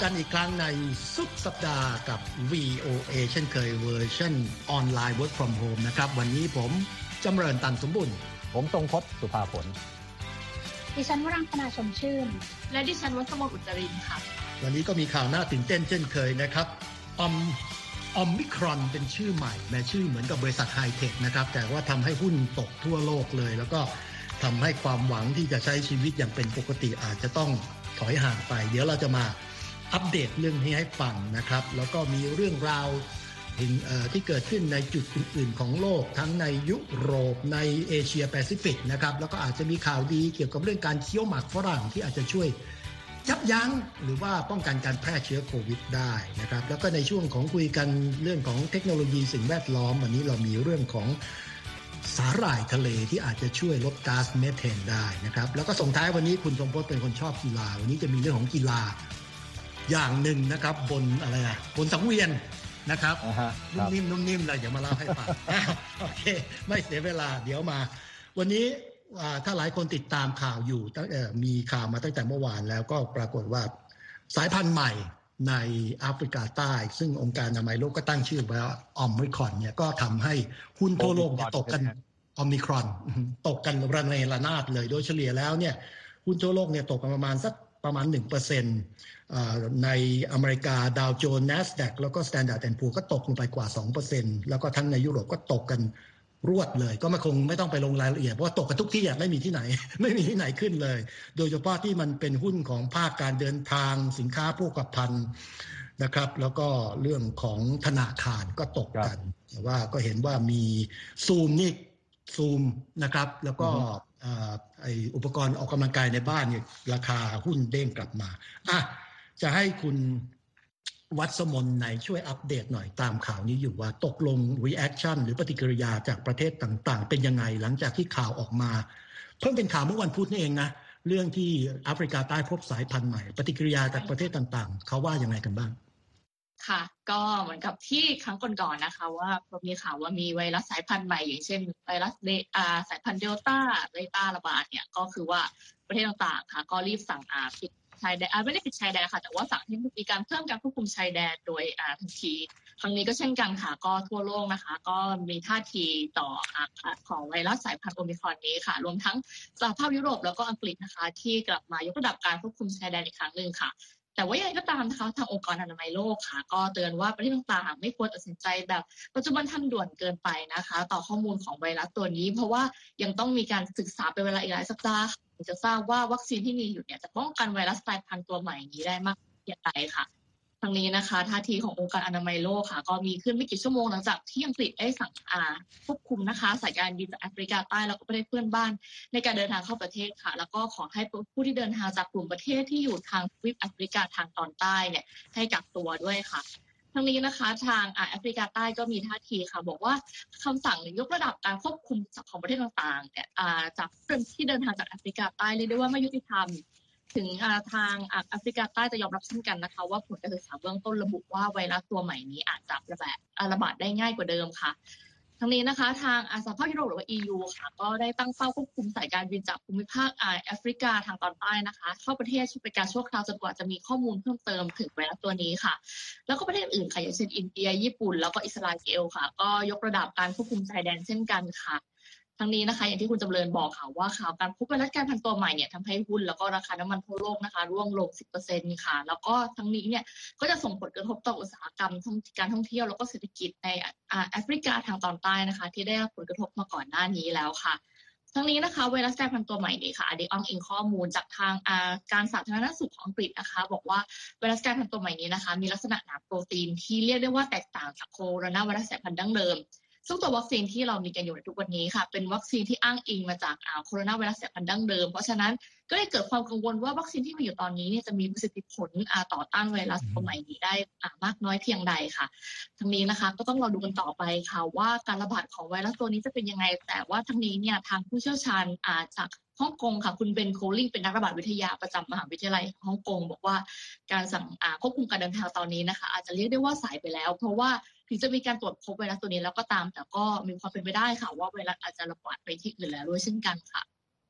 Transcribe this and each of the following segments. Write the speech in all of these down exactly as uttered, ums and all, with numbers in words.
กันอีกครั้งในสุดสัปดาห์กับ วี โอ เอ เช่นเคยเวอร์ชันออนไลน์ Work from Home นะครับวันนี้ผมจำเริญตันสมบุญผมทรงพจน์สุภาผลดิฉันวรังคณาชมชื่นและดิฉันวัสมนอุจรินค่ะวันนี้ก็มีข่าวน่าตื่นเต้นเช่นเคยนะครับออมออมิครอนเป็นชื่อใหม่แม้ชื่อเหมือนกับบริษัทไฮเทคนะครับแต่ว่าทำให้หุ้นตกทั่วโลกเลยแล้วก็ทำให้ความหวังที่จะใช้ชีวิตอย่างเป็นปกติอาจจะต้องถอยห่างไปเดี๋ยวเราจะมาอัปเดตเรื่องนี้ให้ฟังนะครับแล้วก็มีเรื่องราวที่เกิดขึ้นในจุดอื่นๆของโลกทั้งในยุโรปในเอเชียแปซิฟิกนะครับแล้วก็อาจจะมีข่าวดีเกี่ยวกับเรื่องการเคี้ยวหมากฝรั่งที่อาจจะช่วยยับยั้งหรือว่าป้องกันการแพร่เชื้อโควิดได้นะครับแล้วก็ในช่วงของคุยกันเรื่องของเทคโนโลยีสิ่งแวดล้อมวันนี้เรามีเรื่องของสาหร่ายทะเลที่อาจจะช่วยลดก๊าซเมทานได้นะครับแล้วก็ส่งท้ายวันนี้คุณทรงพจน์เป็นคนชอบกีฬาวันนี้จะมีเรื่องของกีฬาอย่างหนึ่งนะครับบนอะไรนะบนสังเวียนนะครับ uh-huh. นุ่มนิ่มนุ่มนิ่มอะไรอย่ามาเล่าให้ฟัง โอเคไม่เสียเวลาเดี๋ยวมาวันนี้ถ้าหลายคนติดตามข่าวอยู่มีข่าวมาตั้งแต่เมื่อวานแล้วก็ปรากฏว่าสายพันธุ์ใหม่ในแอฟริกาใต้ซึ่งองค์การอนามัยโลกก็ตั้งชื่อว่าออมมิครอนเนี่ยก็ทำให้หุ้นทั่วโลกตกกันออมมิครอนตกกันระเนระนาดเลยโดยเฉลี่ยแล้วเนี่ยหุ้นทั่วโลกเนี่ยตกกันประมาณสักประมาณ หนึ่งเปอร์เซ็นต์ ในอเมริกาดาวโจนส์ NASDAQ แล้วก็ Standard แอนด์ Poor's ก็ตกลงไปกว่า สองเปอร์เซ็นต์ แล้วก็ทั้งในยุโรปก็ตกกันรวดเลยก็ไม่คงไม่ต้องไปลงรายละเอียดเพราะว่าตกกันทุกที่อ่ะไม่มีที่ไหนไม่มีที่ไหนขึ้นเลยโดยเฉพาะที่มันเป็นหุ้นของภาคการเดินทางสินค้าโภคภัณฑ์นะครับแล้วก็เรื่องของธนาคารก็ตกกันแต่ว่าก็เห็นว่ามีซูมนี่ซูมนะครับแล้วก็ไออุปกรณ์ออกกำลังกายในบ้านเนี่ยราคาหุ้นเด้งกลับมาอ่ะจะให้คุณวัดสมนในช่วยอัปเดตหน่อยตามข่าวนี้อยู่ว่าตกลง reaction หรือปฏิกิริยาจากประเทศต่างๆเป็นยังไงหลังจากที่ข่าวออกมาเพิ่งเป็นข่าวเมื่อวันพุธนี่เองนะเรื่องที่แอฟริกาใต้พบสายพันธุ์ใหม่ปฏิกิริยาจากประเทศต่างๆเขาว่ายังไงกันบ้างค่ะก็เหมือนกับที่ครั้งก่อนๆนะคะว่ามีข่าวว่ามีไวรัสสายพันธุ์ใหม่อย่างเช่นไวรัสเดอ่าสายพันธุ์เดลต้าเดลต้าระบาดเนี่ยก็คือว่าประเทศต่างๆค่ะก็รีบสั่งอ่าปิดชายแดนไม่ได้ปิดชายแดนค่ะแต่ว่าสั่งให้มีการเพิ่มการควบคุมชายแดนโดยอ่าทันทีครั้งนี้ก็เช่นกันค่ะก็ทั่วโลกนะคะก็มีท่าทีต่ออ่าของไวรัสสายพันธุ์โอมิครอนนี้ค่ะรวมทั้งสหภาพยุโรปแล้วก็อังกฤษนะคะที่กลับมายกระดับการควบคุมชายแดนอีกครั้งนึงค่ะแต่ว่าอย่างไรก็ตามนะคะทางองค์การอนามัยโลกค่ะก็เตือนว่าประเทศต่างๆไม่ควรตัดสินใจแบบปัจจุบันทันด่วนเกินไปนะคะต่อข้อมูลของไวรัสตัวนี้เพราะว่ายังต้องมีการศึกษาเป็นเวลาอีกหลายสัปดาห์จะทราบว่าวัคซีนที่มีอยู่เนี่ยจะป้องกันไวรัสสายพันธุ์ตัวใหม่นี้ได้มากอย่างไรค่ะทั้งนี้นะคะท่าทีขององค์การอนามัยโลกค่ะก็มีขึ้นไม่กี่ชั่วโมงหลังจากที่อังกฤษได้สั่งอาควบคุมนะคะสายการบินจากแอฟริกาใต้แล้วก็ประเทศเพื่อนบ้านในการเดินทางเข้าประเทศค่ะแล้วก็ขอให้ผู้ที่เดินทางจากกลุ่มประเทศที่อยู่ทางทวีปแอฟริกาทางตอนใต้เนี่ยให้กักตัวด้วยค่ะทั้งนี้นะคะทางแอฟริกาใต้ก็มีท่าทีค่ะบอกว่าคำสั่งยกระดับการควบคุมของประเทศต่างๆเนี่ยจากผู้ที่เดินทางจากแอฟริกาใต้เรียกได้ว่าไม่ยุติธรรมถึงทางแอฟริกาใต้จะยอมรับเช่นกันนะคะว่าผลการศึกษาเบื้องต้นระบุว่าไวรัสตัวใหม่นี้อาจจะระบาดระบาดได้ง่ายกว่าเดิมค่ะทั้งนี้นะคะทางสหภาพยุโรปหรือว่า อี ยู ค่ะก็ได้ตั้งเป้าควบคุมสายการบินจากภูมิภาคแอฟริกาทางตอนใต้นะคะเข้าประเทศเป็นการชั่วคราวจนกว่าจะมีข้อมูลเพิ่มเติมถึงไวรัสตัวนี้ค่ะแล้วก็ประเทศอื่นค่ะอย่างเช่นอินเดียญี่ปุ่นแล้วก็อิสราเอลค่ะก็ยกระดับการควบคุมชายแดนเช่นกันค่ะทั้งนี้นะคะอย่างที่คุณจำเริญบอกค่ะว่าข่าวการพบไวรัสกลายพันธุ์ตัวใหม่เนี่ยทำให้หุ้นแล้วก็ราคาน้ำมันทั่วโลกนะคะร่วงลง สิบเปอร์เซ็นต์ ค่ะแล้วก็ทั้งนี้เนี่ยก็จะส่งผลกระทบต่ออุตสาหกรรมการท่องเที่ยวแล้วก็เศรษฐกิจในแอฟริกาทางตอนใต้นะคะที่ได้รับผลกระทบมาก่อนหน้านี้แล้วค่ะทั้งนี้นะคะไวรัสกลายพันธุ์ตัวใหม่นี้ค่ะอันนี้อ้างอิงข้อมูลจากทางการสาธารณสุขของอังกฤษนะคะบอกว่าไวรัสกลายพันธุ์ตัวใหม่นี้นะคะมีลักษณะหนาโปรตีนที่เรียกได้ว่าแตกต่างจากโคโรนาไวรัสสายพันธุ์ดั้งเดิมซึ่งตัววัคซีนที่เรามีกันอยู่ในทุกวันนี้ค่ะเป็นวัคซีนที่อ้างอิงมาจากโคโรนาไวรัสสายพันธุ์ดั้งเดิมเพราะฉะนั้นก็เลยเกิดความกังวลว่าวัคซีนที่มีอยู่ตอนนี้เนี่ยจะมีประสิทธิผลต่อต้านไวรัสตัวใหม่นี้ได้มากน้อยเพียงใดค่ะทั้งนี้นะคะก็ต้องรอดูกันต่อไปค่ะว่าการระบาดของไวรัสตัวนี้จะเป็นยังไงแต่ว่าทั้งนี้เนี่ยทางผู้เชี่ยวชาญจากฮ่องกงค่ะคุณเบนโคลิงเป็นนักระบาดวิทยาประจำมหาวิทยาลัยฮ่องกงบอกว่าการสั่งควบคุมการเดินทางตอนนี้นะคะอาจจะเรียกได้ว่าสายไปแล้วเพราะว่าถึงจะมีการตรวจพบไวรัสตัวนี้แล้วก็ตามแต่ก็มีความเป็นไปได้ค่ะว่าไวรัสอาจจะระบาดไปที่อื่นแล้วด้วยเช่นกันค่ะ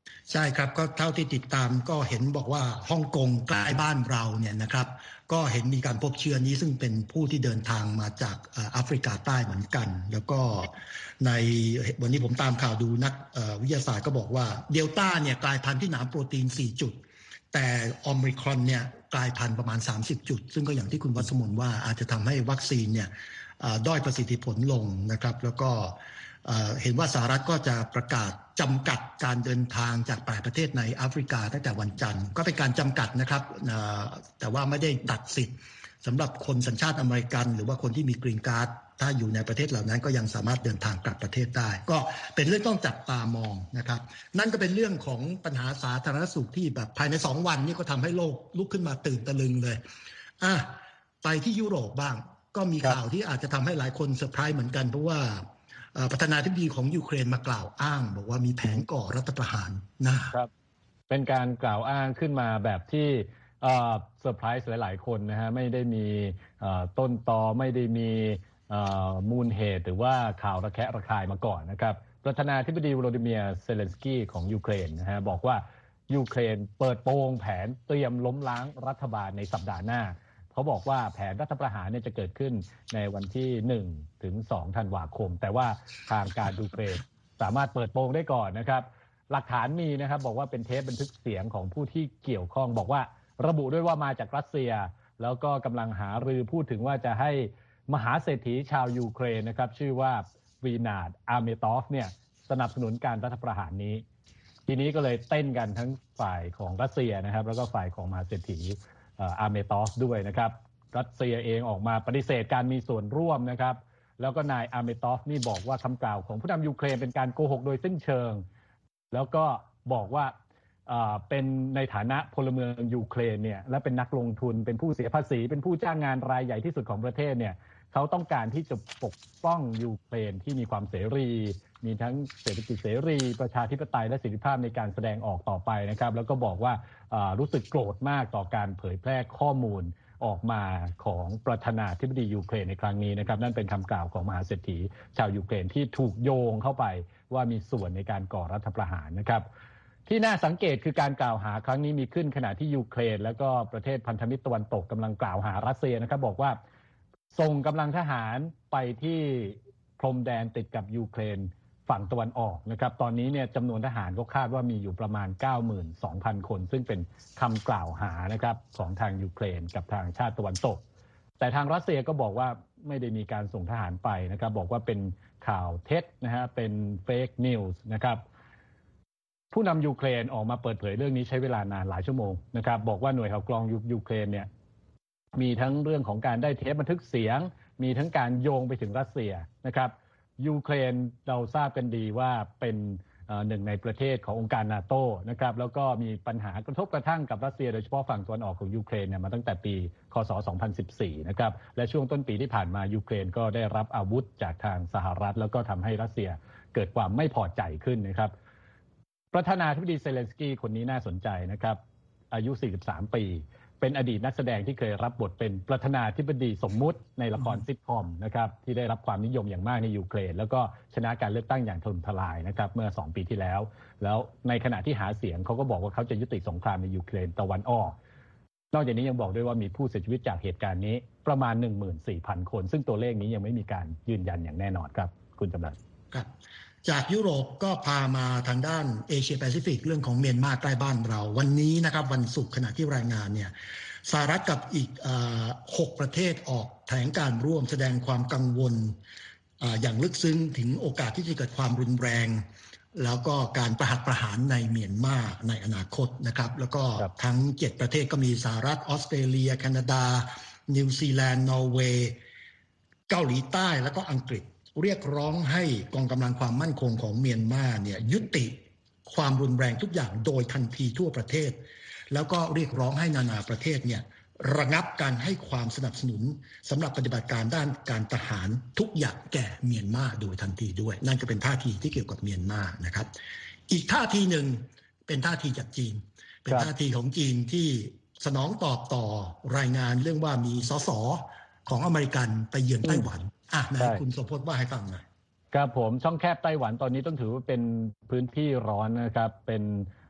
ใช่ครับก็เท่าที่ติดตามก็เห็นบอกว่าฮ่องกงใกล้บ้านเราเนี่ยนะครับก็เห็นมีการพบเชื้อนี้ซึ่งเป็นผู้ที่เดินทางมาจากแอฟริกาใต้เหมือนกันแล้วก็ในวันนี้ผมตามข่าวดูนักวิทยาศาสตร์ก็บอกว่าเดลต้าเนี่ยกลายพันธุ์ที่หนามโปรตีนสี่จุดแต่โอมิครอนเนี่ยกลายพันธุ์ประมาณสามสิบจุดซึ่งก็อย่างที่คุณวัชมนว่าอาจจะทำให้วัคซีนเนี่ยด้อยประสิทธิผลลงนะครับแล้วก็เห็นว่าสหรัฐก็จะประกาศจำกัดการเดินทางจากแปดประเทศในแอฟริกาตั้งแต่วันจันทร์ก็เป็นการจำกัดนะครับแต่ว่าไม่ได้ตัดสิทธิ์สำหรับคนสัญชาติอเมริกันหรือว่าคนที่มีกรีนการ์ดถ้าอยู่ในประเทศเหล่านั้นก็ยังสามารถเดินทางกลับประเทศได้ก็เป็นเรื่องต้องจับตามองนะครับนั่นก็เป็นเรื่องของปัญหาสาธารณสุขที่แบบภายในสองวันนี้ก็ทำให้โลกลุกขึ้นมาตื่นตะลึงเลยอ่ะไปที่ยุโรปบ้างก็มีข่าวที่อาจจะทำให้หลายคนเซอร์ไพรส์เหมือนกันเพราะว่าประธานาธิบดีของยูเครนมากล่าวอ้างบอกว่ามีแผนก่อรัฐประหารนะครับเป็นการกล่าวอ้างขึ้นมาแบบที่เซอร์ไพรส์หลายๆคนนะฮะไม่ได้มีต้นตอไม่ได้มีมูลเหตุหรือว่าข่าวระแคะระคายมาก่อนนะครับประธานาธิบดีวโลดิเมียร์เซเลนสกี้ของยูเครนนะฮะบอกว่ายูเครนเปิดโปงแผนเตรียมล้มล้างรัฐบาลในสัปดาห์หน้าเขาบอกว่าแผนรัฐประหารเนี่ยจะเกิดขึ้นในวันที่หนึ่งถึงสองธันวาคมแต่ว่าทางการยูเครนสามารถเปิดโปงได้ก่อนนะครับหลักฐานมีนะครับบอกว่าเป็นเทปบันทึกเสียงของผู้ที่เกี่ยวข้องบอกว่าระบุด้วยว่ามาจากรัสเซียแล้วก็กำลังหารือพูดถึงว่าจะให้มหาเศรษฐีชาวยูเครนนะครับชื่อว่าวีนาดอาเมตอฟเนี่ยสนับสนุนการรัฐประหารนี้ทีนี้ก็เลยเต้นกันทั้งฝ่ายของรัสเซียนะครับแล้วก็ฝ่ายของมหาเศรษฐีอาเมตอฟด้วยนะครับรัสเซียเองออกมาปฏิเสธการมีส่วนร่วมนะครับแล้วก็นายอาเมตอฟนี่บอกว่าคำกล่าวของผู้นำยูเครนเป็นการโกหกโดยสิ้นเชิงแล้วก็บอกว่าเป็นในฐานะพลเมืองยูเครนเนี่ยและเป็นนักลงทุนเป็นผู้เสียภาษีเป็นผู้จ้างงานรายใหญ่ที่สุดของประเทศเนี่ยเขาต้องการที่จะปกป้องยูเครนที่มีความเสรีมีทั้งเศรษฐกิจเสรีประชาธิปไตยและเสรีภาพในการแสดงออกต่อไปนะครับแล้วก็บอกว่ารู้สึกโกรธมากต่อการเผยแพร่ข้อมูลออกมาของประธานาธิบดียูเครนในครั้งนี้นะครับนั่นเป็นคำกล่าวของมหาเศรษฐีชาวยูเครนที่ถูกโยงเข้าไปว่ามีส่วนในการก่อรัฐประหารนะครับที่น่าสังเกตคือการกล่าวหาครั้งนี้มีขึ้นขณะที่ยูเครนแล้วก็ประเทศพันธมิตรตะวันตกกำลังกล่าวหารัสเซียนะครับบอกว่าส่งกำลังทหารไปที่พรมแดนติดกับยูเครนฝั่งตะวันออกนะครับตอนนี้เนี่ยจำนวนทหารก็คาดว่ามีอยู่ประมาณ เก้าหมื่นสองพัน คนซึ่งเป็นคำกล่าวหานะครับของทางยูเครนกับทางชาติตะวันตกแต่ทางรัสเซียก็บอกว่าไม่ได้มีการส่งทหารไปนะครับบอกว่าเป็นข่าวเท็จนะฮะเป็นเฟกนิวส์นะครับผู้นำยูเครนออกมาเปิดเผยเรื่องนี้ใช้เวลานานหลายชั่วโมงนะครับบอกว่าหน่วยข่าวกรองยูเครนเนี่ยมีทั้งเรื่องของการได้เทปบันทึกเสียงมีทั้งการโยงไปถึงรัสเซียนะครับยูเครนเราทราบกันดีว่าเป็นหนึ่งในประเทศขององค์การนาโต้นะครับแล้วก็มีปัญหากระทบกระทั่งกับรัสเซียโดยเฉพาะฝั่งตะวันออกของยูเครนเนี่ยมาตั้งแต่ปีคศสองพันสิบสี่นะครับและช่วงต้นปีที่ผ่านมายูเครนก็ได้รับอาวุธจากทางสหรัฐแล้วก็ทำให้รัสเซียเกิดความไม่พอใจขึ้นนะครับประธานาธิบดีเซเลนสกี้คนนี้น่าสนใจนะครับอายุสี่สิบสามปีเป็นอดีตนักแสดงที่เคยรับบทเป็นประธานาธิบดีสมมุติในละครซิทคอมนะครับที่ได้รับความนิยมอย่างมากในยูเครนแล้วก็ชนะการเลือกตั้งอย่างถล่มทลายนะครับเมื่อสองปีที่แล้วแล้วในขณะที่หาเสียงเขาก็บอกว่าเขาจะยุติสงครามในยูเครนตะวันออกนอกจากนี้ยังบอกด้วยว่ามีผู้เสียชีวิตจากเหตุการณ์นี้ประมาณ หนึ่งหมื่นสี่พัน คนซึ่งตัวเลขนี้ยังไม่มีการยืนยันอย่างแน่นอนครับคุณจำรัดครับจากยุโรปก็พามาทางด้านเอเชียแปซิฟิกเรื่องของเมียนมาใกล้บ้านเราวันนี้นะครับวันศุกร์ขณะที่รายงานเนี่ยสหรัฐกับอีกหกประเทศออกแถลงการร่วมแสดงความกังวล อ, อย่างลึกซึ้งถึงโอกาสที่จะเกิดความรุนแรงแล้วก็การประหัตประหารในเมียนมาในอนาคตนะครับแล้วก็ทั้งเจ็ดประเทศก็มีสหรัฐออสเตรเลียแคนาดานิวซีแลนด์นอร์เวย์เกาหลีใต้แล้วก็อังกฤษเรียกร้องให้กองกำลังความมั่นคงของเมียนมาเนี่ยยุติความรุนแรงทุกอย่างโดยทันทีทั่วประเทศแล้วก็เรียกร้องให้นานาประเทศเนี่ยระงับการให้ความสนับสนุนสำหรับปฏิบัติการด้านการทหารทุกอย่างแก่เมียนมาโดยทันทีด้วยนั่นก็เป็นท่าทีที่เกี่ยวกับเมียนมานะครับอีกท่าทีหนึ่งเป็นท่าทีจากจีนเป็นท่าทีของจีนที่สนองตอบต่อรายงานเรื่องว่ามีสสของอเมริกันไปเยือนไต้หวันอ่ะนายคุณโสพจน์ว่าให้ฟังหน่อยครับผมช่องแคบไต้หวันตอนนี้ต้องถือว่าเป็นพื้นที่ร้อนนะครับเป็น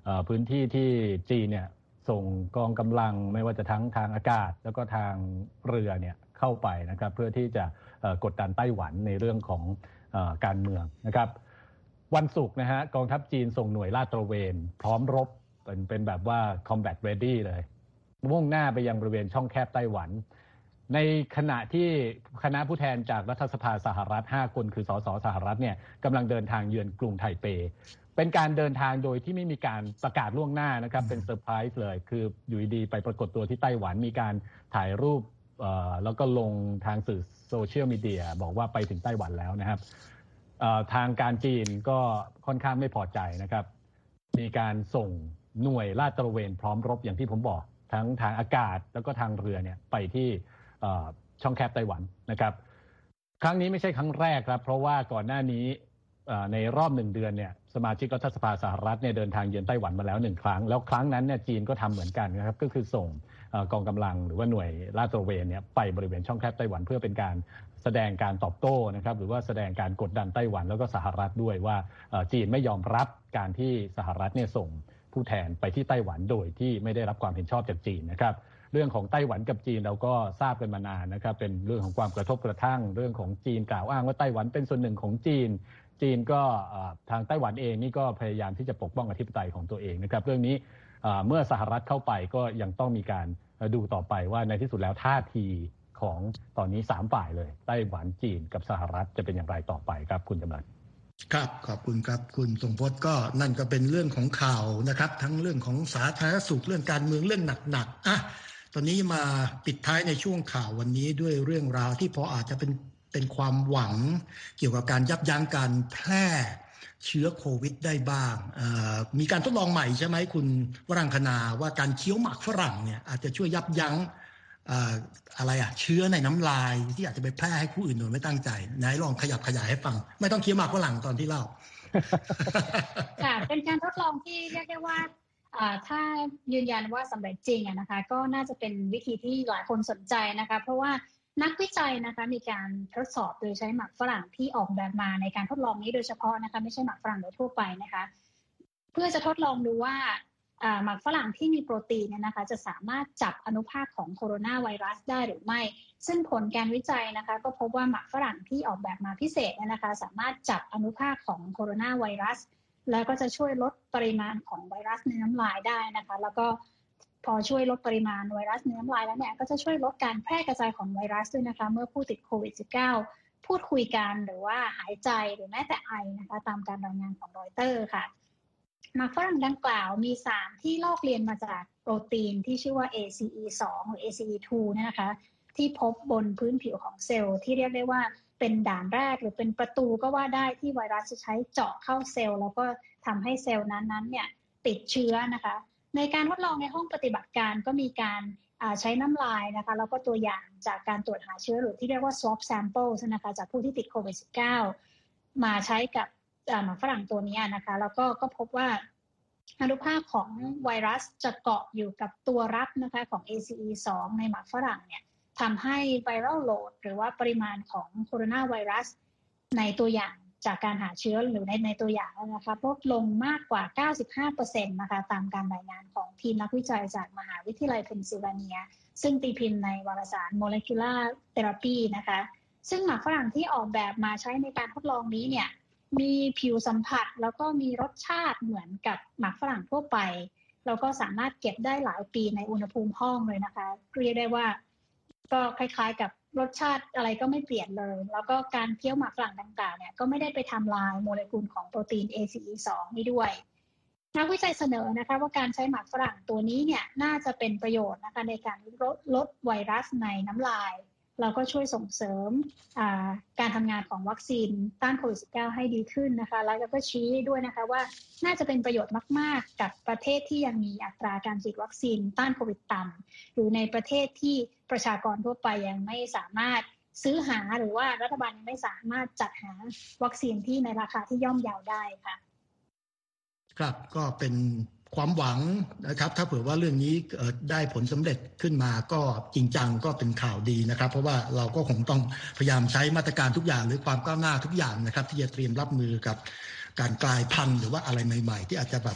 พื้นที่ที่จีนเนี่ยส่งกองกำลังไม่ว่าจะทั้งทางอากาศแล้วก็ทางเรือเนี่ยเข้าไปนะครับเพื่อที่จะกดดันไต้หวันในเรื่องของการเมืองนะครับวันศุกร์นะฮะกองทัพจีนส่งหน่วยลาดตระเวนพร้อมรบเป็นเป็นแบบว่า combat ready เลยมุ่งหน้าไปยังบริเวณช่องแคบไต้หวันในขณะที่คณะผู้แทนจากรัฐสภาสหรัฐห้าคนคือสสสหรัฐเนี่ยกำลังเดินทางเยือนกรุงไทเปเป็นการเดินทางโดยที่ไม่มีการประกาศล่วงหน้านะครับเป็นเซอร์ไพรส์เลยคืออยู่ดีไปปรากฏตัวที่ไต้หวันมีการถ่ายรูปแล้วก็ลงทางสื่อโซเชียลมีเดียบอกว่าไปถึงไต้หวันแล้วนะครับทางการจีนก็ค่อนข้างไม่พอใจนะครับมีการส่งหน่วยลาดตระเวนพร้อมรบอย่างที่ผมบอกทั้งทางอากาศแล้วก็ทางเรือเนี่ยไปที่ช่องแคบไต้หวันนะครับครั้งนี้ไม่ใช่ครั้งแรกครับเพราะว่าก่อนหน้านี้ในรอบหนึ่งเดือนเนี่ยสมาชิกรัฐสภาสหรัฐเนี่ยเดินทางเยือนไต้หวันมาแล้วหนึ่งครั้งแล้วครั้งนั้นเนี่ยจีนก็ทำเหมือนกันนะครับก็คือส่งกองกำลังหรือว่าหน่วยลาดตระเวนเนี่ยไปบริเวณช่องแคบไต้หวันเพื่อเป็นการแสดงการตอบโต้นะครับหรือว่าแสดงการกดดันไต้หวันแล้วก็สหรัฐด้วยว่าจีนไม่ยอมรับการที่สหรัฐเนี่ยส่งผู้แทนไปที่ไต้หวันโดยที่ไม่ได้รับความเห็นชอบจากจีนนะครับเรื่องของไต้หวันกับจีนเราก็ทราบกันมานานนะครับเป็นเรื่องของความกระทบกระทั่งเรื่องของจีนกล่าวอ้างว่าไต้หวันเป็นส่วนหนึ่งของจีนจีนก็ทางไต้หวันเองนี่ก็พยายามที่จะปกป้องอธิปไตยของตัวเองนะครับเรื่องนี้เมื่อสหรัฐเข้าไปก็ยังต้องมีการดูต่อไปว่าในที่สุดแล้วท่าทีของตอนนี้สามฝ่ายเลยไต้หวันจีนกับสหรัฐจะเป็นอย่างไรต่อไปครับคุณจำรัดครับขอบคุณครับคุณทรงพจน์ก็นั่นก็เป็นเรื่องของข่าวนะครับทั้งเรื่องของสาธารณสุขเรื่องการเมืองเรื่องหนักๆอ่ะตอนนี้มาปิดท้ายในช่วงข่าววันนี้ด้วยเรื่องราวที่พออาจจะเป็นเป็นความหวังเกี่ยวกับการยับยั้งการแพร่เชื้อโควิดได้บ้างมีการทดลองใหม่ใช่ไหมคุณวรังคณาว่าการเคี้ยวหมากฝรั่งเนี่ยอาจจะช่วยยับยั้งอะไรอ่ะเชื้อในน้ำลายที่อาจจะไปแพร่ให้ผู้อื่นโดยไม่ตั้งใจไหนลองขยับขยายให้ฟังไม่ต้องเคี้ยวหมากฝรั่งตอนที่เล่าค่ะเป็นการทดลองที่เรียกได้ว่าถ้ายืนยันว่าสำเร็จจริงนะคะก็น่าจะเป็นวิธีที่หลายคนสนใจนะคะเพราะว่านักวิจัยนะคะมีการทดสอบโดยใช้หมากฝรั่งที่ออกแบบมาในการทดลองนี้โดยเฉพาะนะคะไม่ใช่หมากฝรั่งโดยทั่วไปนะคะเพื่อจะทดลองดูว่าหมากฝรั่งที่มีโปรตีนเนี่ยนะคะจะสามารถจับอนุภาคของโคโรนาไวรัสได้หรือไม่ซึ่งผลการวิจัยนะคะก็พบว่าหมากฝรั่งที่ออกแบบมาพิเศษเนี่ยนะคะสามารถจับอนุภาคของโคโรนาไวรัสแล้วก็จะช่วยลดปริมาณของไวรัสในน้ำลายได้นะคะแล้วก็พอช่วยลดปริมาณไวรัสในน้ำลายแล้วเนี่ยก็จะช่วยลดการแพร่กระจายของไวรัสด้วยนะคะเมื่อผู้ติดโควิด สิบเก้า พูดคุยกันหรือว่าหายใจหรือแม้แต่ไอนะคะตามการรายงานของรอยเตอร์ค่ะหมากฝรั่งดังกล่าวมีสารที่ลอกเลียนมาจากโปรตีนที่ชื่อว่า เอ ซี อี ทู หรือ เอ ซี อี ทู เนี่ยนะคะที่พบบนพื้นผิวของเซลล์ที่เรียกได้ว่าเป็นด่านแรกหรือเป็นประตูก็ว่าได้ที่ไวรัสจะใช้เจาะเข้าเซลล์แล้วก็ทำให้เซลล์นั้นๆเนี่ยติดเชื้อนะคะในการทดลองในห้องปฏิบัติการก็มีการใช้น้ำลายนะคะแล้วก็ตัวอย่างจากการตรวจหาเชื้อหรือที่เรียกว่า swab sample นะคะจากผู้ที่ติดโควิด สิบเก้า มาใช้กับหมากฝรั่งตัวนี้นะคะแล้วก็ก็พบว่าอนุภาคของไวรัสจะเกาะอยู่กับตัวรับนะคะของ เอ ซี อี ทู ในหมากฝรั่งเนี่ยทำให้ไวรัลโหลดหรือว่าปริมาณของโคโรนาไวรัสในตัวอย่างจากการหาเชื้อหรือในในตัวอย่างนะคะลดลงมากกว่า เก้าสิบห้าเปอร์เซ็นต์ นะคะตามการรายงานของทีมนักวิจัยจากมหาวิทยาลัยเพนซิลเวเนียซึ่งตีพิมพ์ในวารสาร Molecular Therapy นะคะซึ่งหมากฝรั่งที่ออกแบบมาใช้ในการทดลองนี้เนี่ยมีผิวสัมผัสแล้วก็มีรสชาติเหมือนกับหมากฝรั่งทั่วไปแล้วก็สามารถเก็บได้หลายปีในอุณหภูมิห้องเลยนะคะเรียกได้ว่าก็คล้ายๆกับรสชาติอะไรก็ไม่เปลี่ยนเลยแล้วก็การเคี้ยวหมากฝรั่งดังกล่าวเนี่ยก็ไม่ได้ไปทำลายโมเลกุลของโปรตีน เอ ซี อี ทู นี่ด้วยนักวิจัยเสนอนะคะว่าการใช้หมากฝรั่งตัวนี้เนี่ยน่าจะเป็นประโยชน์นะคะในการลดลดไวรัสในน้ำลายแล้วก็ช่วยส่งเสริมการทำงานของวัคซีนต้านโควิด สิบเก้า ให้ดีขึ้นนะคะแล้วก็ชี้ด้วยนะคะว่าน่าจะเป็นประโยชน์มากๆกับประเทศที่ยังมีอัตราการฉีดวัคซีนต้านโควิดต่ำหรือในประเทศที่ประชากรทั่วไปยังไม่สามารถซื้อหาหรือว่ารัฐบาลยังไม่สามารถจัดหาวัคซีนที่ในราคาที่ย่อมเยาได้ค่ะครับก็เป็นความหวังนะครับถ้าเผื่อว่าเรื่องนี้ได้ผลสำเร็จขึ้นมาก็จริงจังก็เป็นข่าวดีนะครับเพราะว่าเราก็คงต้องพยายามใช้มาตรการทุกอย่างหรือความก้าวหน้าทุกอย่างนะครับที่จะเตรียมรับมือกับการกลายพันธุ์หรือว่าอะไรใหม่ๆที่อาจจะแบบว่า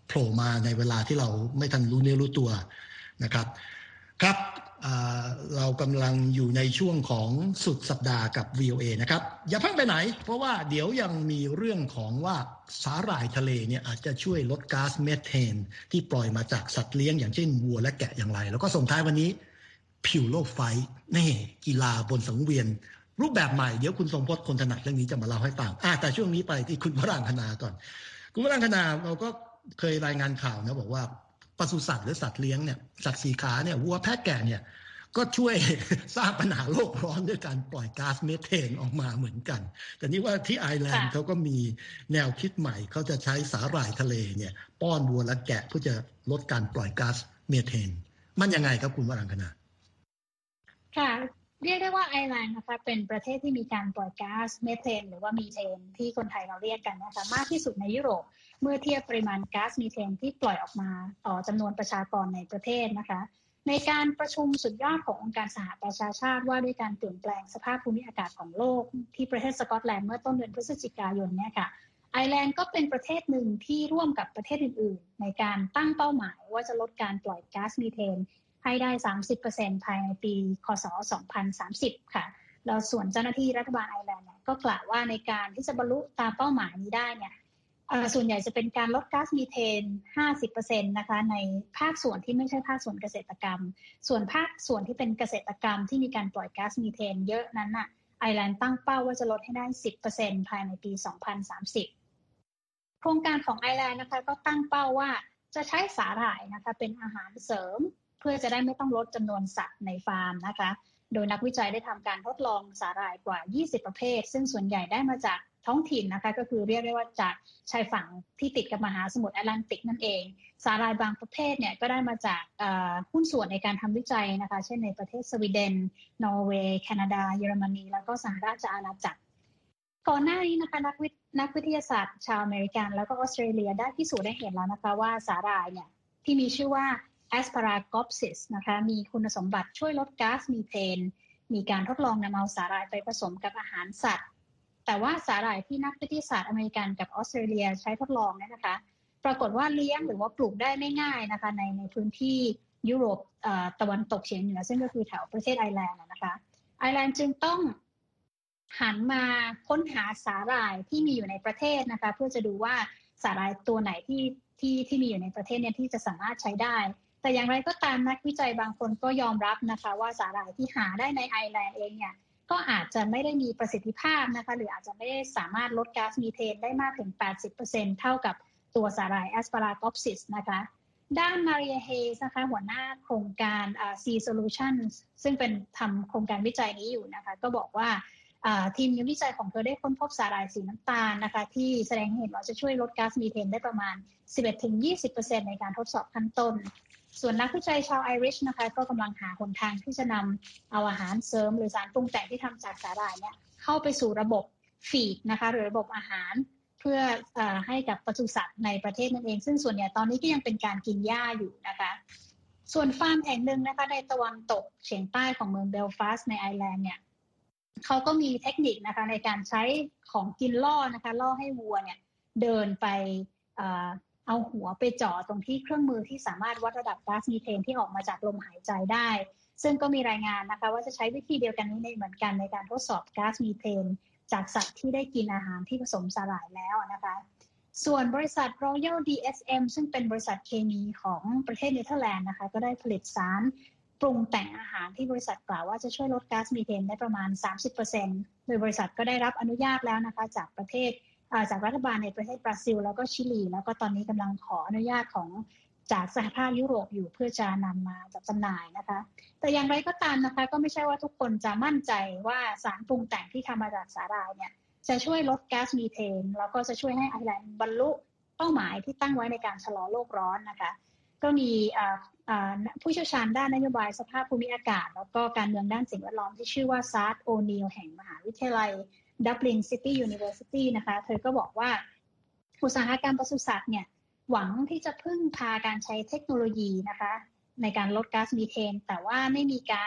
โผล่มาในเวลาที่เราไม่ทันรู้เนื้อรู้ตัวนะครับครับเรากำลังอยู่ในช่วงของสุดสัปดาห์กับ วี โอ เอ นะครับอย่าเพิ่งไปไหนเพราะว่าเดี๋ยวยังมีเรื่องของว่าสาหร่ายทะเลเนี่ยอาจจะช่วยลดก๊าซเมเทนที่ปล่อยมาจากสัตว์เลี้ยงอย่างเช่นวัวและแกะอย่างไรแล้วก็ส่งท้ายวันนี้ผิวโลกไฟนี่กีฬาบนสังเวียนรูปแบบใหม่เดี๋ยวคุณทรงพจน์คนถนัดเรื่องนี้จะมาเล่าให้ฟังอ่ะแต่ช่วงนี้ไปที่คุณวรังคณาก่อนคุณวรังคณาเราก็เคยรายงานข่าวนะบอกว่าปศุสัตว์หรือสัตว์เลี้ยงเนี่ยสัตว์สีขาเนี่ยวัวแพะแกะเนี่ยก็ช่วยสร้างปัญหาโลกร้อนด้วยการปล่อยก๊าซเมเทนออกมาเหมือนกันแต่นี่ว่าที่ไอร์แลนด์เขาก็มีแนวคิดใหม่เขาจะใช้สาหร่ายทะเลเนี่ยป้อนวัวและแกะเพื่อจะลดการปล่อยก๊าซเมเทนมันยังไงครับคุณวรังคณาค่ะเรียกได้ว่าไอร์แลนด์นะคะเป็นประเทศที่มีการปล่อยก๊าซเมเทนหรือว่ามีเทนที่คนไทยเราเรียกกันนะคะมากที่สุดในยุโรปเมื่อเทียบปริมาณก๊าซมีเทนที่ปล่อยออกมาต่อจำนวนประชากรในประเทศนะคะในการประชุมสุดยอดขององค์การสหประชาชาติว่าด้วยการเปลี่ยนแปลงสภาพภูมิอากาศของโลกที่ประเทศสกอตแลนด์เมื่อต้นเดือนพฤศจิกายนเนี่ยค่ะไอร์แลนด์ก็เป็นประเทศหนึ่งที่ร่วมกับประเทศอื่นๆในการตั้งเป้าหมายว่าจะลดการปล่อยก๊าซมีเทนให้ได้ สามสิบเปอร์เซ็นต์ ภายในปีค.ศ. สองพันสามสิบค่ะแล้วส่วนเจ้าหน้าที่รัฐบาลไอร์แลนด์ก็กล่าวว่าในการที่จะบรรลุตามเป้าหมายนี้ได้เนี่ยส่วนใหญ่จะเป็นการลดก๊าซมีเทน ห้าสิบเปอร์เซ็นต์ นะคะในภาคส่วนที่ไม่ใช่ภาคส่วนเกษตรกรรมส่วนภาคส่วนที่เป็นเกษตรกรรมที่มีการปล่อยก๊าซมีเทนเยอะนั้นน่ะไอร์แลนด์ตั้งเป้าว่าจะลดให้ได้ สิบเปอร์เซ็นต์ ภายในปี สองพันสามสิบ โครงการของไอร์แลนด์นะคะก็ตั้งเป้าว่าจะใช้สาหร่ายนะคะเป็นอาหารเสริมเพื่อจะได้ไม่ต้องลดจำนวนสัตว์ในฟาร์มนะคะโดยนักวิจัยได้ทำการทดลองสาหร่ายกว่ายี่สิบประเภทซึ่งส่วนใหญ่ได้มาจากท้องถิ่นนะคะก็คือเรียกได้ว่าจากชายฝั่งที่ติดกับมหาสมุทรแอตแลนติกนั่นเองสาหร่ายบางประเภทเนี่ยก็ได้มาจากหุ้นส่วนในการทำวิจัยนะคะเช่นในประเทศสวีเดนนอร์เวย์แคนาดาเยอรมนีแล้วก็สหราชอาณาจักรก่อนหน้านี้นะคะนักวินักวิทยาศาสตร์ชาวอเมริกันแล้วก็ออสเตรเลียได้พิสูจน์ได้เห็นแล้วนะคะว่าสาหร่ายเนี่ยที่มีชื่อว่าAsparagopsis นะคะมีคุณสมบัติช่วยลดก๊าซมีเทนมีการทดลองนำเอาสาหร่ายไปผสมกับอาหารสัตว์แต่ว่าสาหร่ายที่นักวิทยาศาสตร์อเมริกันกับออสเตรเลียใช้ทดลองเนี่ยนะคะปรากฏว่าเลี้ยงหรือว่าปลูกได้ไม่ง่ายนะคะในในพื้นที่ยุโรปตะวันตกเฉียงเหนือซึ่งก็คือแถวประเทศไอร์แลนด์นะคะไอร์แลนด์จึงต้องหันมาค้นหาสาหร่ายที่มีอยู่ในประเทศนะคะเพื่อจะดูว่าสาหร่ายตัวไหนที่ที่ที่มีอยู่ในประเทศเนี่ยที่จะสามารถใช้ได้แต่อย่างไรก็ตามนักวิจัยบางคนก็ยอมรับนะคะว่าสาหร่ายที่หาได้ในไอร์แลนด์เองเนี่ยก็อาจจะไม่ได้มีประสิทธิภาพนะคะหรืออาจจะไม่ได้สามารถลดก๊าซมีเทนได้มากถึง แปดสิบเปอร์เซ็นต์ เท่ากับตัวสาหร่าย Asparagopsis นะคะด้านมาเรียเฮสนะคะหัวหน้าโครงการ Sea Solutions ซึ่งเป็นทำโครงการวิจัยนี้อยู่นะคะก็บอกว่าทีมวิจัยของเธอได้ค้นพบสาหร่ายสีน้ำตาลนะคะที่แสดงให้เห็นว่าจะช่วยลดก๊าซมีเทนได้ประมาณ สิบเอ็ดถึงยี่สิบเปอร์เซ็นต์ ในการทดสอบขั้นต้นส่วนนักวิจัยชาวไอริชนะคะก็กำลังหาหนทางที่จะนำเอาอาหารเสริมหรือสารปรุงแต่งที่ทำจากสาหร่ายเนี่ยเข้าไปสู่ระบบฟีดนะคะหรือระบบอาหารเพื่อเอ่อให้กับปศุสัตว์ในประเทศนั่นเองซึ่งส่วนใหญ่ตอนนี้ก็ยังเป็นการกินหญ้าอยู่นะคะส่วนฟาร์มแห่งหนึ่งนะคะในตะวันตกเฉียงใต้ของเมืองเบลฟาสต์ในไอร์แลนด์เนี่ยเขาก็มีเทคนิคนะคะในการใช้ของกินล่อนะคะล่อให้วัวเนี่ยเดินไปเอ่อเอาหัวไปจ่อตรงที่เครื่องมือที่สามารถวัดระดับก๊าซมีเทนที่ออกมาจากลมหายใจได้ซึ่งก็มีรายงานนะคะว่าจะใช้วิธีเดียวกันนี้ในเหมือนกันในการทดสอบก๊าซมีเทนจากสัตว์ที่ได้กินอาหารที่ผสมสาหร่ายแล้วนะคะส่วนบริษัท Royal ดี เอส เอ็ม ซึ่งเป็นบริษัทเคมีของประเทศเนเธอร์แลนด์นะคะก็ได้ผลิตสารปรุงแต่งอาหารที่บริษัทกล่าวว่าจะช่วยลดก๊าซมีเทนได้ประมาณ สามสิบเปอร์เซ็นต์ โดยบริษัทก็ได้รับอนุญาตแล้วนะคะจากประเทศจากรัฐบาลในประเทศบราซิลแล้วก็ชิลีแล้วก็ตอนนี้กำลังขออนุญาตของจากสหภาพยุโรปอยู่เพื่อจะนำมาจัดจำหน่ายนะคะแต่อย่างไรก็ตามนะคะก็ไม่ใช่ว่าทุกคนจะมั่นใจว่าสารปรุงแต่งที่ทำมาจากสาหร่ายเนี่ยจะช่วยลดก๊าซมีเทนแล้วก็จะช่วยให้ไอร์แลนด์บรรลุเป้าหมายที่ตั้งไว้ในการชะลอโลกร้อนนะคะก็มีผู้เชี่ยวชาญด้านนโยบายสภาพภูมิอากาศแล้วก็การเมืองด้านสิ่งแวดล้อมที่ชื่อว่าซาร์ดโอนีลแห่งมหาวิทยาลัยดับลินซิตี้ยูนิเวอร์ซิตี้นะคะเธอก็บอกว่าอุตสาหกรรมปศุสัตว์เนี่ยหวังที่จะพึ่งพาการใช้เทคโนโลยีนะคะในการลดก๊าซมีเทนแต่ว่าไม่มีการ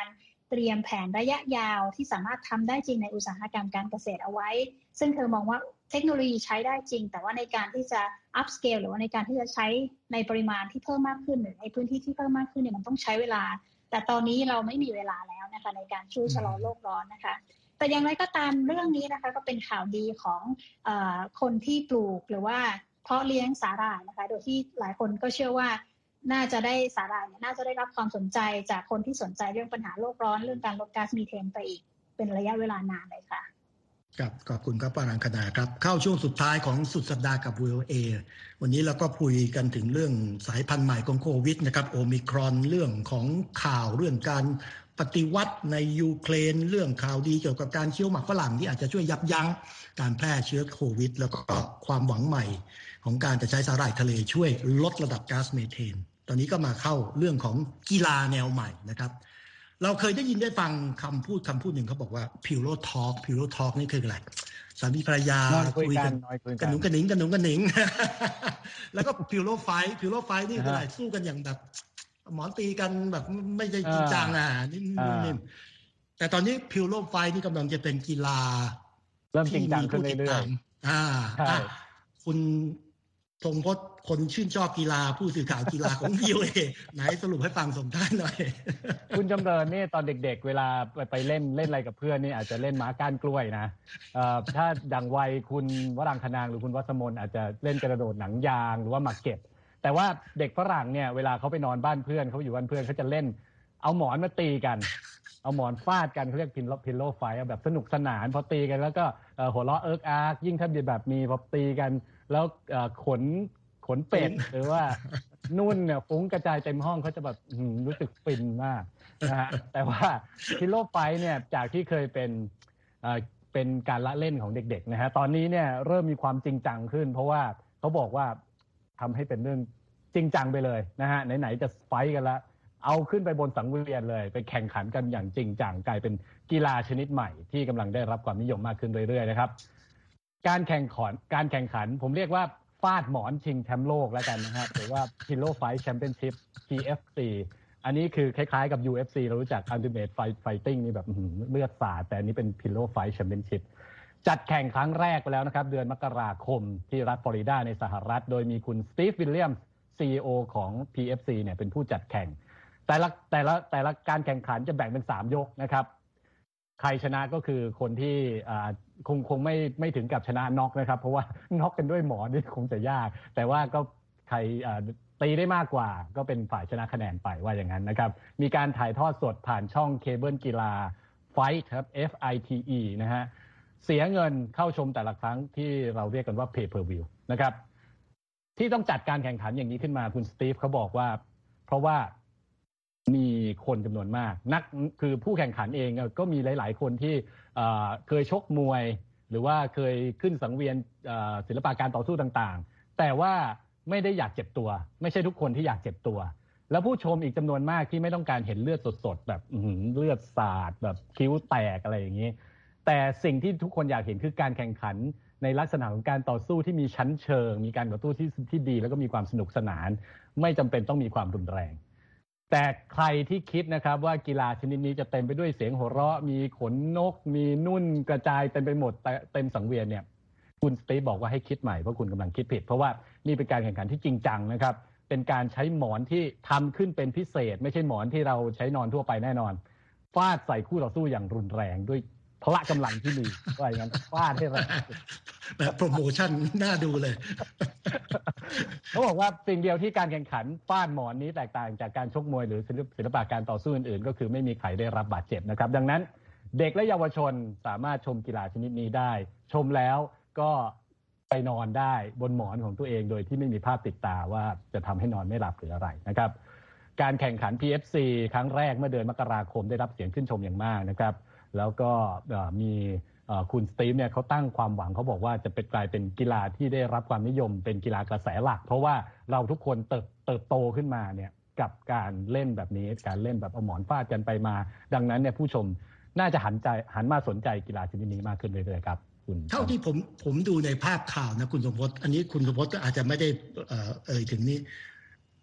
เตรียมแผนระยะยาวที่สามารถทำได้จริงในอุตสาหกรรมการเกษตรเอาไว้ซึ่งเธอมองว่าเทคโนโลยีใช้ได้จริงแต่ว่าในการที่จะ up scale หรือว่าในการที่จะใช้ในปริมาณที่เพิ่มมากขึ้นหรือในพื้นที่ที่เพิ่มมากขึ้นเนี่ยมันต้องใช้เวลาแต่ตอนนี้เราไม่มีเวลาแล้วนะคะในการช่วยชะลอโลกร้อนนะคะแต่อย่างไรก็ตามเรื่องนี้นะคะก็เป็นข่าวดีของเอ่อคนที่ปลูกหรือว่าเพาะเลี้ยงสาหร่ายนะคะโดยที่หลายคนก็เชื่อว่าน่าจะได้สาหร่ายเนี่ยน่าจะได้รับความสนใจจากคนที่สนใจเรื่องปัญหาโลกร้อนเรื่องการลดก๊าซมีเทนไปอีกเป็นระยะเวลานานเลยค่ะครับขอบคุณครับป้ารังคณาครับเข้าช่วงสุดท้ายของสุดสัปดาห์กับ วี โอ เอ วันนี้เราก็คุยกันถึงเรื่องสายพันธุ์ใหม่ของโควิดนะครับโอมิครอนเรื่องของข่าวเรื่องการปฏิวัติในยูเครนเรื่องข่าวดีเกี่ยวกับการเคี้ยวหมากฝรั่งที่อาจจะช่วยยับยั้งการแพร่เชื้อโควิดแล้วก็ความหวังใหม่ของการจะใช้สาหร่ายทะเลช่วยลดระดับก๊าซเมเทนตอนนี้ก็มาเข้าเรื่องของกีฬาแนวใหม่นะครับเราเคยได้ยินได้ฟังคำพูดคำพูดหนึ่งเขาบอกว่า Pillow Talk Pillow Talk นี่คืออะไรสามีภรรยาคุยกันกันหนุงกันหนิงกันหนุงกันหนิง แล้วก็ Pillow Fight Pillow Fight นี่คืออะไรสู้กันอย่างแบบหมอนตีกันแบบไม่ใช่จริงจังอ่ะนิ่มๆแต่ตอนนี้ Pillow Fight นี่กำลังจะเป็นกีฬาเริ่มจริงจังขึ้นเรื่อยๆอ่าคุณธงพจน์คนชื่นชอบกีฬาผู้สื่อข่าวกีฬาของ วี โอ เอ ไหนสรุปให้ฟังส่งท้ายหน่อยคุณจำเริญนี่ตอนเด็กๆเวลาไปเล่นเล่นอะไรกับเพื่อนนี่อาจจะเล่นม้าก้านกล้วยนะถ้าดังวัยคุณวรังคนางหรือคุณวัสมนอาจจะเล่นกระโดดหนังยางหรือว่าหมากเก็บแต่ว่าเด็กฝรั่งเนี่ยเวลาเขาไปนอนบ้านเพื่อนเขาอยู่บ้านเพื่อนเขาจะเล่นเอาหมอนมาตีกันเอาหมอนฟาดกันเขาเรียกพินพินโลไฟแบบสนุกสนานพอตีกันแล้วก็หัวเราะเอิ๊กอาร์กยิ่งถ้าแบบมีพอตีกันแล้วขนขนเป็ดหรือว่านุ่นเนี่ยฟุ้งกระจายเต็มห้องเขาจะแบบรู้สึกฟินมากนะฮะแต่ว่าพินโลไฟเนี่ยจากที่เคยเป็นเป็นการละเล่นของเด็กๆนะฮะตอนนี้เนี่ยเริ่มมีความจริงจังขึ้นเพราะว่าเขาบอกว่าทำให้เป็นเรื่องจริงจังไปเลยนะฮะไหนๆจะไฟกันละเอาขึ้นไปบนสังเวียนเลยไปแข่งขันกันอย่างจริงจังกลายเป็นกีฬาชนิดใหม่ที่กำลังได้รับความนิยมมากขึ้นเรื่อยๆนะครับการแข่งขันการแข่งขันผมเรียกว่าฟาดหมอนชิงแชมป์โลกแล้วกันนะครับหรือว่า Pillow Fight Championship พี เอฟ ซี อันนี้คือคล้ายๆกับ ยู เอฟ ซี เรารู้จัก Ultimate Fighting นี่แบบเลือดสาดแต่อันนี้เป็น Pillow Fight Championship จัดแข่งครั้งแรกไปแล้วนะครับเดือนมกราคมที่รัฐฟลอริดาในสหรัฐโดยมีคุณสตีฟวิลเลียมส์ ซี อี โอ ของ พี เอฟ ซี เนี่ยเป็นผู้จัดแข่งแต่ละแต่ละแต่ละการแข่งขันจะแบ่งเป็นสามยกนะครับใครชนะก็คือคนที่คงคงไม่ไม่ถึงกับชนะน็อกนะครับเพราะว่าน็อกกันด้วยหมอนี่คงจะยากแต่ว่าก็ใครตีได้มากกว่าก็เป็นฝ่ายชนะคะแนนไปว่าอย่างนั้นนะครับมีการถ่ายทอดสดผ่านช่องเคเบิลกีฬา Fight ครับ เอฟ ไอ ที อี นะฮะเสียเงินเข้าชมแต่ละครั้งที่เราเรียกกันว่า Pay per view นะครับที่ต้องจัดการแข่งขันอย่างนี้ขึ้นมาคุณสตีฟเขาบอกว่าเพราะว่ามีคนจำนวนมากนักคือผู้แข่งขันเองก็มีหลายๆคนที่เคยชกมวยหรือว่าเคยขึ้นสังเวียนศิลปะการต่อสู้ต่างๆแต่ว่าไม่ได้อยากเจ็บตัวไม่ใช่ทุกคนที่อยากเจ็บตัวแล้วผู้ชมอีกจำนวนมากที่ไม่ต้องการเห็นเลือดสดๆแบบเลือดสาดแบบคิ้วแตกอะไรอย่างนี้แต่สิ่งที่ทุกคนอยากเห็นคือการแข่งขันในลักษณะของการต่อสู้ที่มีชั้นเชิงมีการต่อสู้ที่ที่ดีแล้วก็มีความสนุกสนานไม่จำเป็นต้องมีความรุนแรงแต่ใครที่คิดนะครับว่ากีฬาชนิดนี้จะเต็มไปด้วยเสียงหัวเราะมีขนนกมีนุ่นกระจายเต็มไปหมดเต็มสังเวียนเนี่ยคุณสตีฟบอกว่าให้คิดใหม่เพราะคุณกำลังคิดผิดเพราะว่านี่เป็นการแข่งขันที่จริงจังนะครับเป็นการใช้หมอนที่ทำขึ้นเป็นพิเศษไม่ใช่หมอนที่เราใช้นอนทั่วไปแน่นอนฟาดใส่คู่ต่อสู้อย่างรุนแรงด้วยพละกำลังที่มีว่าอย่างนั้นฟาดให้แรงแบบโปรโมชั่นน่าดูเลยเขาบอกว่าสิ่งเดียวที่การแข่งขันฟาดหมอนนี้แตกต่างจากการชกมวยหรือศิลปะการต่อสู้อื่นๆก็คือไม่มีใครได้รับบาดเจ็บนะครับดังนั้นเด็กและเยาวชนสามารถชมกีฬาชนิดนี้ได้ชมแล้วก็ไปนอนได้บนหมอนของตัวเองโดยที่ไม่มีภาพติดตาว่าจะทำให้นอนไม่หลับหรืออะไรนะครับการแข่งขัน พี เอฟ ซี ครั้งแรกเมื่อเดือนมกราคมได้รับเสียงชื่นชมอย่างมากนะครับแล้วก็มีคุณสตีฟเนี่ยเขาตั้งความหวังเขาบอกว่าจะเป็นกลายเป็นกีฬาที่ได้รับความนิยมเป็นกีฬากระแสหลักเพราะว่าเราทุกคนเติบเติบโตขึ้นมาเนี่ยกับการเล่นแบบนี้การเล่นแบบเอาหมอนฟาดกันไปมาดังนั้นเนี่ยผู้ชมน่าจะหันใจหันมาสนใจกีฬาชนิดนี้มากขึ้นเรื่อยๆครับคุณเท่าที่ผมผมดูในภาพข่าวนะคุณสมพศอันนี้คุณสมพศก็อาจจะไม่ได้เอ่ยถึงนี้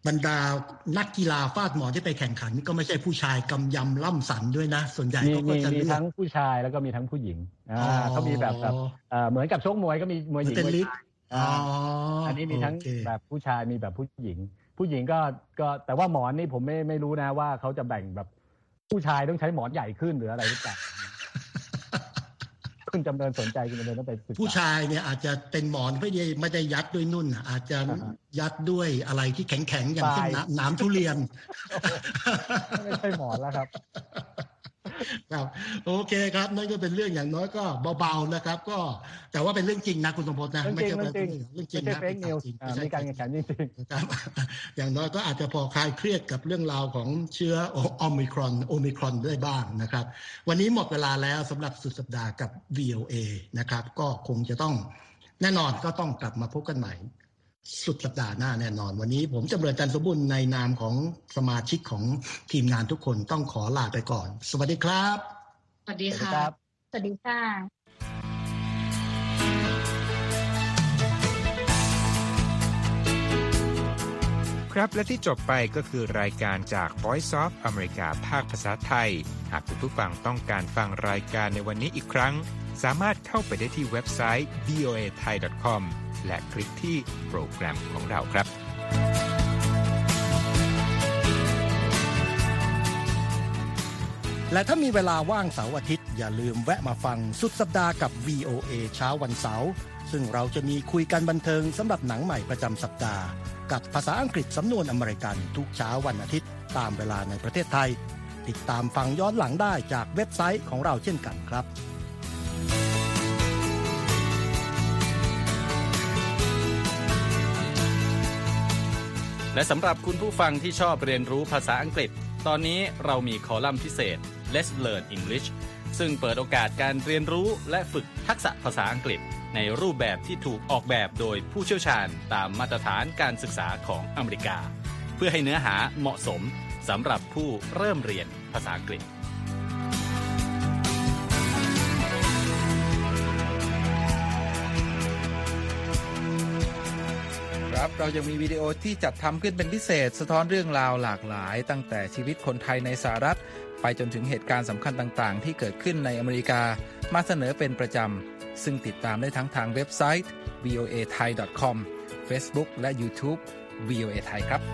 บรรดานักกีฬาฟาดหมอนที่ไปแข่งขันก็ไม่ใช่ผู้ชายกำยำล่ำสันด้วยนะส่วนใหญ่เขาก็จะมีทั้งผู้ชายแล้วก็มีทั้งผู้หญิงอ่าเขามีแบบแบบเหมือนกับชกมวยก็มีมวยหญิงมวยชายอันนี้มีทั้งแบบผู้ชายมีแบบผู้หญิงผู้หญิงก็ก็แต่ว่าหมอนนี่ผมไม่ไม่รู้นะว่าเขาจะแบ่งแบบผู้ชายต้องใช้หมอนใหญ่ขึ้นหรืออะไรหรือเปล่าคุณจำเริญสนใจคุณจำเริญต้องไปศึกษาผู้ชายเนี่ยอาจจะเป็นหมอนไม่ได้ไม่ได้ยัดด้วยนุ่นอาจจะยัดด้วยอะไรที่แข็งๆอย่างเช่นน้ำทุเรียนไม่ใช่หมอนแล้วครับครับโอเคครับนั่นก็เป็นเรื่องอย่างน้อยก็เบาๆนะครับก็แต่ว่าเป็นเรื่องจริงนะคุณสมพจน์นะไม่ใช่เรื่องจริงเรื่องจริงนะเป็นจริงมีการแข่งขันจริงๆครับอย่างน้อยก็อาจจะพอคลายเครียดกับเรื่องราวของเชื้อโอมิครอนโอมิครอนได้บ้างนะครับวันนี้หมดเวลาแล้วสำหรับสุดสัปดาห์กับ วี โอ เอ นะครับก็คงจะต้องแน่นอนก็ต้องกลับมาพบกันใหม่สุดสัปดาห์หน้าแน่นอนวันนี้ผมจำเริญจันทร์สมบูรณ์ในนามของสมาชิกของทีมงานทุกคนต้องขอลาไปก่อนสวัสดีครับสวัสดีค่ะสวัสดีค่ะครับและที่จบไปก็คือรายการจาก Voice of America ภาคภาษาไทยหากคุณผู้ฟังต้องการฟังรายการในวันนี้อีกครั้งสามารถเข้าไปได้ที่เว็บไซต์ วี โอ เอ ไทย ดอท คอม และคลิกที่โปรแกรมของเราครับและถ้ามีเวลาว่างเสาร์อาทิตย์อย่าลืมแวะมาฟังสุดสัปดาห์กับ วี โอ เอ เช้าวันเสาร์ซึ่งเราจะมีคุยกันบันเทิงสำหรับหนังใหม่ประจำสัปดาห์กับภาษาอังกฤษสำนวนอเมริกันทุกเช้าวันอาทิตย์ตามเวลาในประเทศไทยติดตามฟังย้อนหลังได้จากเว็บไซต์ของเราเช่นกันครับและสำหรับคุณผู้ฟังที่ชอบเรียนรู้ภาษาอังกฤษตอนนี้เรามีคอลัมน์พิเศษ Let's Learn English ซึ่งเปิดโอกาสการเรียนรู้และฝึกทักษะภาษาอังกฤษในรูปแบบที่ถูกออกแบบโดยผู้เชี่ยวชาญตามมาตรฐานการศึกษาของอเมริกาเพื่อให้เนื้อหาเหมาะสมสำหรับผู้เริ่มเรียนภาษาอังกฤษครับเรายังมีวิดีโอที่จัดทำขึ้นเป็นพิเศษสะท้อนเรื่องราวหลากหลายตั้งแต่ชีวิตคนไทยในสหรัฐไปจนถึงเหตุการณ์สำคัญต่างๆที่เกิดขึ้นในอเมริกามาเสนอเป็นประจำซึ่งติดตามได้ทั้งทางเว็บไซต์ วี โอ เอ ไทย ดอท คอม Facebook และ YouTube วี โอ เอ ไทยครับ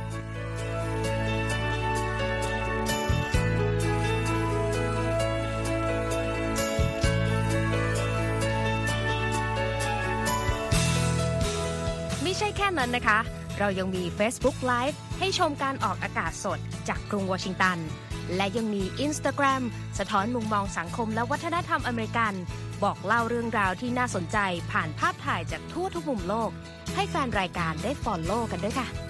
ไม่ใช่แค่นั้นนะคะเรายังมี Facebook Live ให้ชมการออกอากาศสดจากกรุงวอชิงตันและยังมี Instagram สะท้อนมุมมองสังคมและวัฒนธรรมอเมริกันบอกเล่าเรื่องราวที่น่าสนใจผ่านภาพถ่ายจากทั่วทุกมุมโลกให้แฟนรายการได้ follow กันด้วยค่ะ